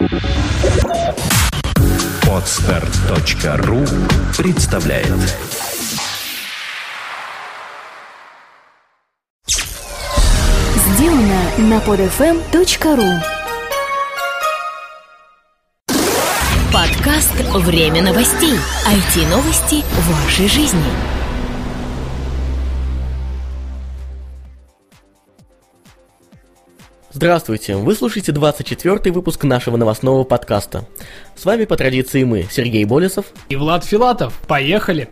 Podster.ru представляет. Сделано на podfm.ru. Подкаст «Время новостей». IT-новости вашей жизни. Здравствуйте! Вы слушаете 24-й выпуск нашего новостного подкаста. С вами по традиции мы, Сергей Болесов и Влад Филатов. Поехали!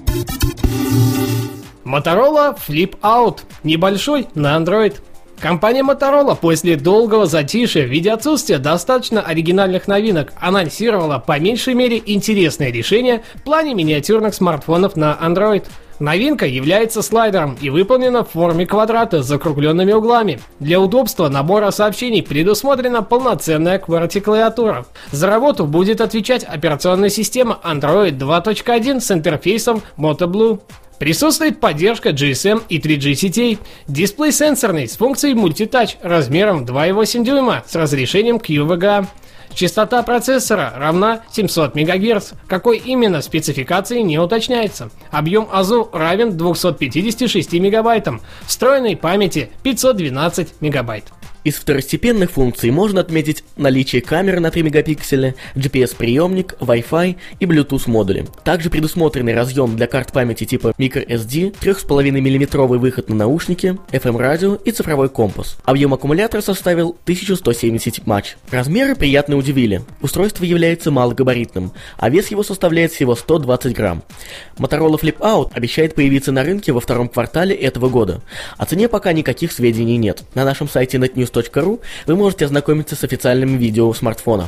Motorola Flip Out. Небольшой на Android. Компания Motorola после долгого затишья в виде отсутствия достаточно оригинальных новинок анонсировала по меньшей мере интересное решение в плане миниатюрных смартфонов на Android. Новинка является слайдером и выполнена в форме квадрата с закругленными углами. Для удобства набора сообщений предусмотрена полноценная QWERTY-клавиатура. За работу будет отвечать операционная система Android 2.1 с интерфейсом Moto Blue. Присутствует поддержка GSM и 3G сетей. Дисплей сенсорный с функцией мультитач размером 2,8 дюйма с разрешением QVGA. Частота процессора равна 700 МГц. Какой именно спецификации не уточняется. Объем АЗУ равен 256 МБ. Встроенной памяти 512 МБ. Из второстепенных функций можно отметить наличие камеры на 3 мегапикселя, GPS-приемник, Wi-Fi и Bluetooth модули. Также предусмотренный разъем для карт памяти типа microSD, 3,5 мм выход на наушники, FM-радио и цифровой компас. Объем аккумулятора составил 1170 мАч. Размеры приятно удивили. Устройство является малогабаритным, а вес его составляет всего 120 грамм. Motorola Flip Out обещает появиться на рынке во втором квартале этого года. О цене пока никаких сведений нет. На нашем сайте netnews.ru вы можете ознакомиться с официальным видео смартфона.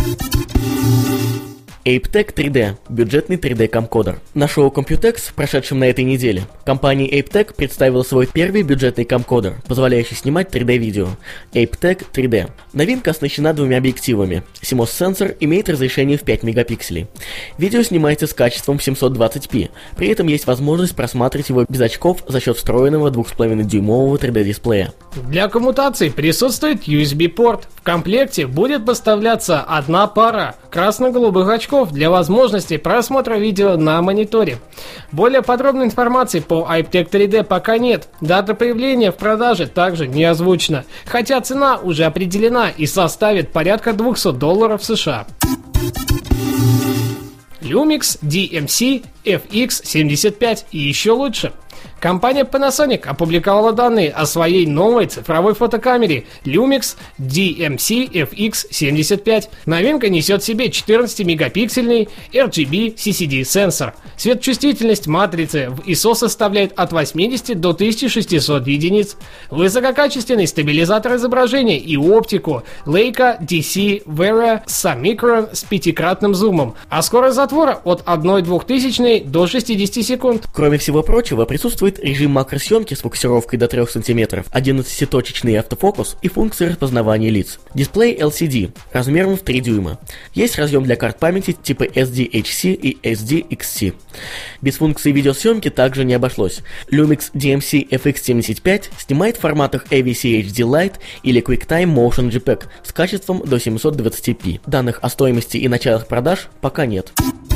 ApeTech 3D – бюджетный 3D-камкодер. На шоу Computex, прошедшем на этой неделе, компания ApeTech представила свой первый бюджетный камкодер, позволяющий снимать 3D-видео – ApeTech 3D. Новинка оснащена двумя объективами. CMOS-сенсор имеет разрешение в 5 мегапикселей. Видео снимается с качеством 720p, при этом есть возможность просматривать его без очков за счет встроенного 2,5-дюймового 3D-дисплея. Для коммутации присутствует USB-порт. В комплекте будет поставляться одна пара красно-голубых очков для возможности просмотра видео на мониторе. Более подробной информации по ApeTech 3D пока нет. Дата появления в продаже также не озвучена, хотя цена уже определена и составит порядка $200 США. Lumix DMC FX75 и еще лучше. Компания Panasonic опубликовала данные о своей новой цифровой фотокамере Lumix DMC FX75. Новинка несет в себе 14-мегапиксельный RGB CCD сенсор. Светочувствительность матрицы в ISO составляет от 80 до 1600 единиц. Высококачественный стабилизатор изображения и оптику Leica DC Vera Summicron с 5-кратным зумом, а скорость затвора от 1/2000 до 60 секунд. Кроме всего прочего, присутствует режим макросъемки с фокусировкой до 3 см, 11-точечный автофокус и функции распознавания лиц. Дисплей LCD размером в 3 дюйма. Есть разъем для карт памяти типа SDHC и SDXC. Без функции видеосъемки также не обошлось. Lumix DMC FX75 снимает в форматах AVC HD Lite или QuickTime Motion JPEG с качеством до 720p. Данных о стоимости и началах продаж пока нет.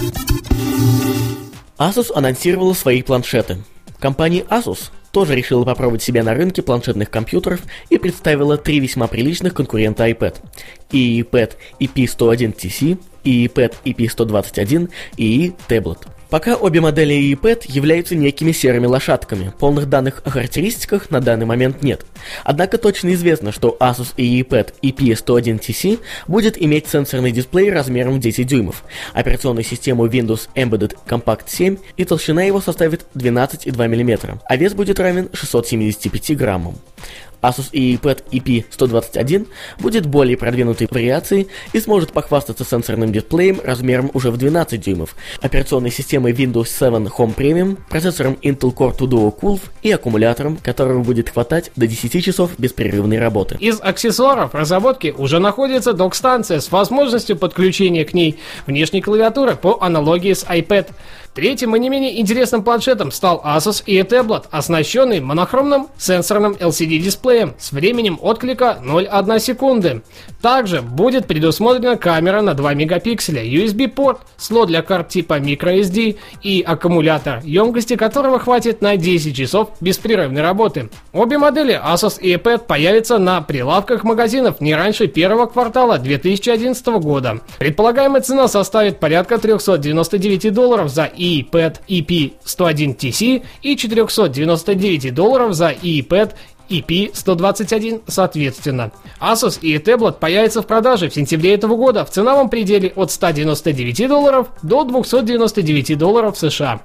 Asus анонсировала свои планшеты. Компания Asus тоже решила попробовать себя на рынке планшетных компьютеров и представила 3 весьма приличных конкурента iPad. iPad EP101TC, iPad EP121 и Tablet. Пока обе модели iPad являются некими серыми лошадками, полных данных о характеристиках на данный момент нет. Однако точно известно, что Asus iPad EP101TC будет иметь сенсорный дисплей размером в 10 дюймов, операционную систему Windows Embedded Compact 7 и толщина его составит 12,2 мм, а вес будет равен 675 граммам. Asus iPad EP121 будет более продвинутой вариацией и сможет похвастаться сенсорным дисплеем размером уже в 12 дюймов, операционной системой Windows 7 Home Premium, процессором Intel Core 2 Duo Qulf и аккумулятором, которого будет хватать до 10 часов беспрерывной работы. Из аксессуаров в разработке уже находится док-станция с возможностью подключения к ней внешней клавиатуры по аналогии с iPad. Третьим и не менее интересным планшетом стал Asus eTablet, оснащенный монохромным сенсорным LCD-дисплеем дисплеем с временем отклика 0,1 секунды. Также будет предусмотрена камера на 2 мегапикселя, USB-порт, слот для карт типа microSD и аккумулятор, емкости которого хватит на 10 часов беспрерывной работы. Обе модели Asus и iPad появятся на прилавках магазинов не раньше первого квартала 2011 года. Предполагаемая цена составит порядка $399 за iPad EP101TC и $499 за iPad EP121 соответственно. Asus и Tablet появятся в продаже в сентябре этого года в ценовом пределе от $199 до $299 США.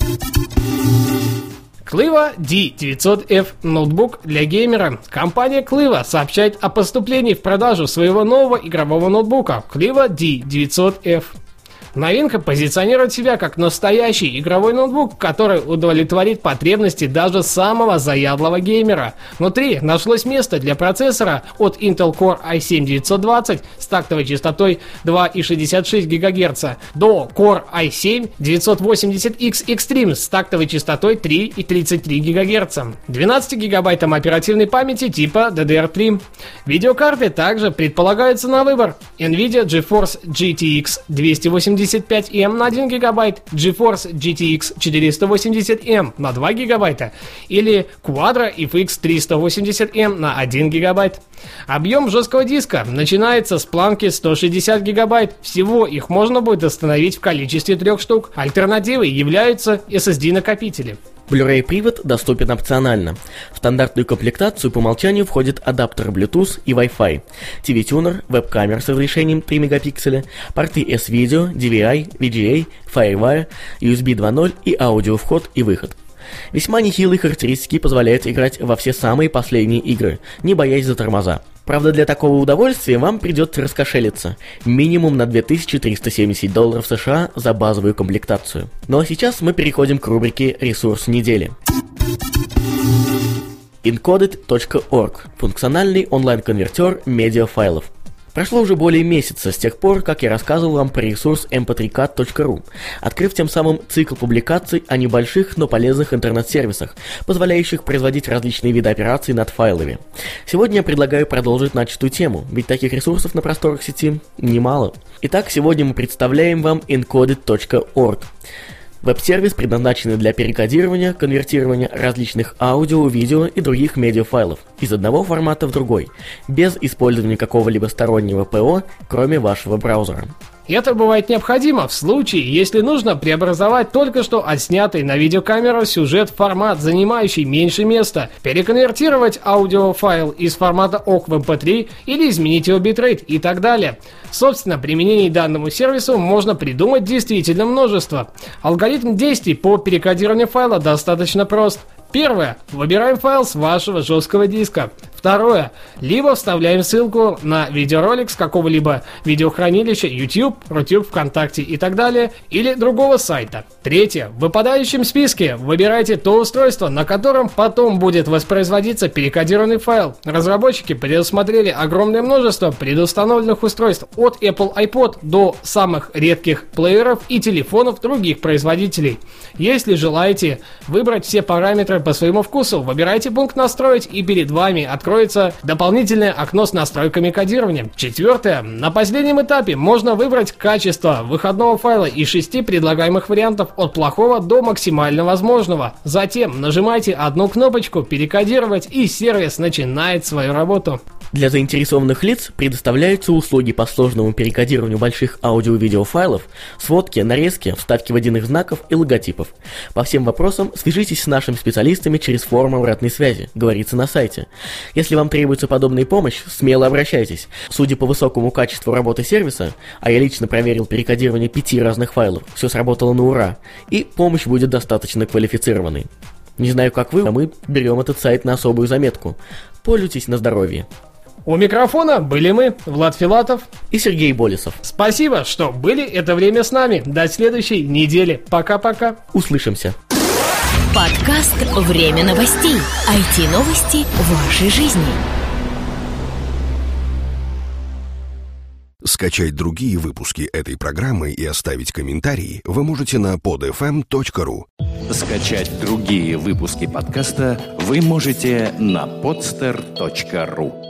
Cliva D900F ноутбук для геймера. Компания Cliva сообщает о поступлении в продажу своего нового игрового ноутбука Cliva D900F. Новинка позиционирует себя как настоящий игровой ноутбук, который удовлетворит потребности даже самого заядлого геймера. Внутри нашлось место для процессора от Intel Core i7-920 с тактовой частотой 2,66 ГГц до Core i7-980X Extreme с тактовой частотой 3,33 ГГц, 12 гигабайтом оперативной памяти типа DDR3. Видеокарты также предполагаются на выбор: NVIDIA GeForce GTX 285M на 1 гигабайт, GeForce GTX 480M на 2 гигабайта или Quadro FX 380M на 1 гигабайт. Объем жесткого диска начинается с планки 160 гигабайт. Всего их можно будет установить в количестве 3 штук. Альтернативой являются SSD-накопители. Blu-ray-привод доступен опционально. В стандартную комплектацию по умолчанию входит адаптер Bluetooth и Wi-Fi, TV-тюнер, веб-камера с разрешением 3 мегапикселя, порты S-Video, DVI, VGA, FireWire, USB 2.0 и аудио-вход и выход. Весьма нехилые характеристики позволяют играть во все самые последние игры, не боясь за тормоза. Правда, для такого удовольствия вам придется раскошелиться минимум на $2370 США за базовую комплектацию. Ну а сейчас мы переходим к рубрике «Ресурс недели». Encoded.org – функциональный онлайн-конвертер медиафайлов. Прошло уже более месяца с тех пор, как я рассказывал вам про ресурс mp3cat.ru, открыв тем самым цикл публикаций о небольших, но полезных интернет-сервисах, позволяющих производить различные виды операций над файлами. Сегодня я предлагаю продолжить начатую тему, ведь таких ресурсов на просторах сети немало. Итак, сегодня мы представляем вам encoded.org. Веб-сервис, предназначенный для перекодирования, конвертирования различных аудио, видео и других медиафайлов из одного формата в другой, без использования какого-либо стороннего ПО, кроме вашего браузера. Это бывает необходимо в случае, если нужно преобразовать только что отснятый на видеокамеру сюжет в формат, занимающий меньше места, переконвертировать аудиофайл из формата OGG в MP3 или изменить его битрейт и так далее. Собственно, применений данному сервису можно придумать действительно множество. Алгоритм действий по перекодированию файла достаточно прост. Первое. Выбираем файл с вашего жесткого диска. Второе. Либо вставляем ссылку на видеоролик с какого-либо видеохранилища YouTube, Rutube, ВКонтакте и так далее, или другого сайта. Третье. В выпадающем списке выбирайте то устройство, на котором потом будет воспроизводиться перекодированный файл. Разработчики предусмотрели огромное множество предустановленных устройств от Apple iPod до самых редких плееров и телефонов других производителей. Если желаете выбрать все параметры по своему вкусу, выбирайте пункт «Настроить» и перед вами откроется дополнительное окно с настройками кодирования. Четвертое. На последнем этапе можно выбрать качество выходного файла из 6 предлагаемых вариантов от плохого до максимально возможного. Затем нажимайте одну кнопочку «Перекодировать» и сервис начинает свою работу. Для заинтересованных лиц предоставляются услуги по сложному перекодированию больших аудио-видеофайлов, сводки, нарезки, вставки водяных знаков и логотипов. По всем вопросам свяжитесь с нашими специалистами через форму обратной связи, говорится на сайте. Если вам требуется подобная помощь, смело обращайтесь. Судя по высокому качеству работы сервиса, а я лично проверил перекодирование 5 разных файлов, все сработало на ура, и помощь будет достаточно квалифицированной. Не знаю, как вы, а мы берем этот сайт на особую заметку. Пользуйтесь на здоровье. У микрофона были мы, Влад Филатов и Сергей Болесов. Спасибо, что были это время с нами. До следующей недели. Пока-пока. Услышимся. Подкаст «Время новостей». IT-новости вашей жизни. Скачать другие выпуски этой программы и оставить комментарии вы можете на podfm.ru. Скачать другие выпуски подкаста вы можете на podster.ru.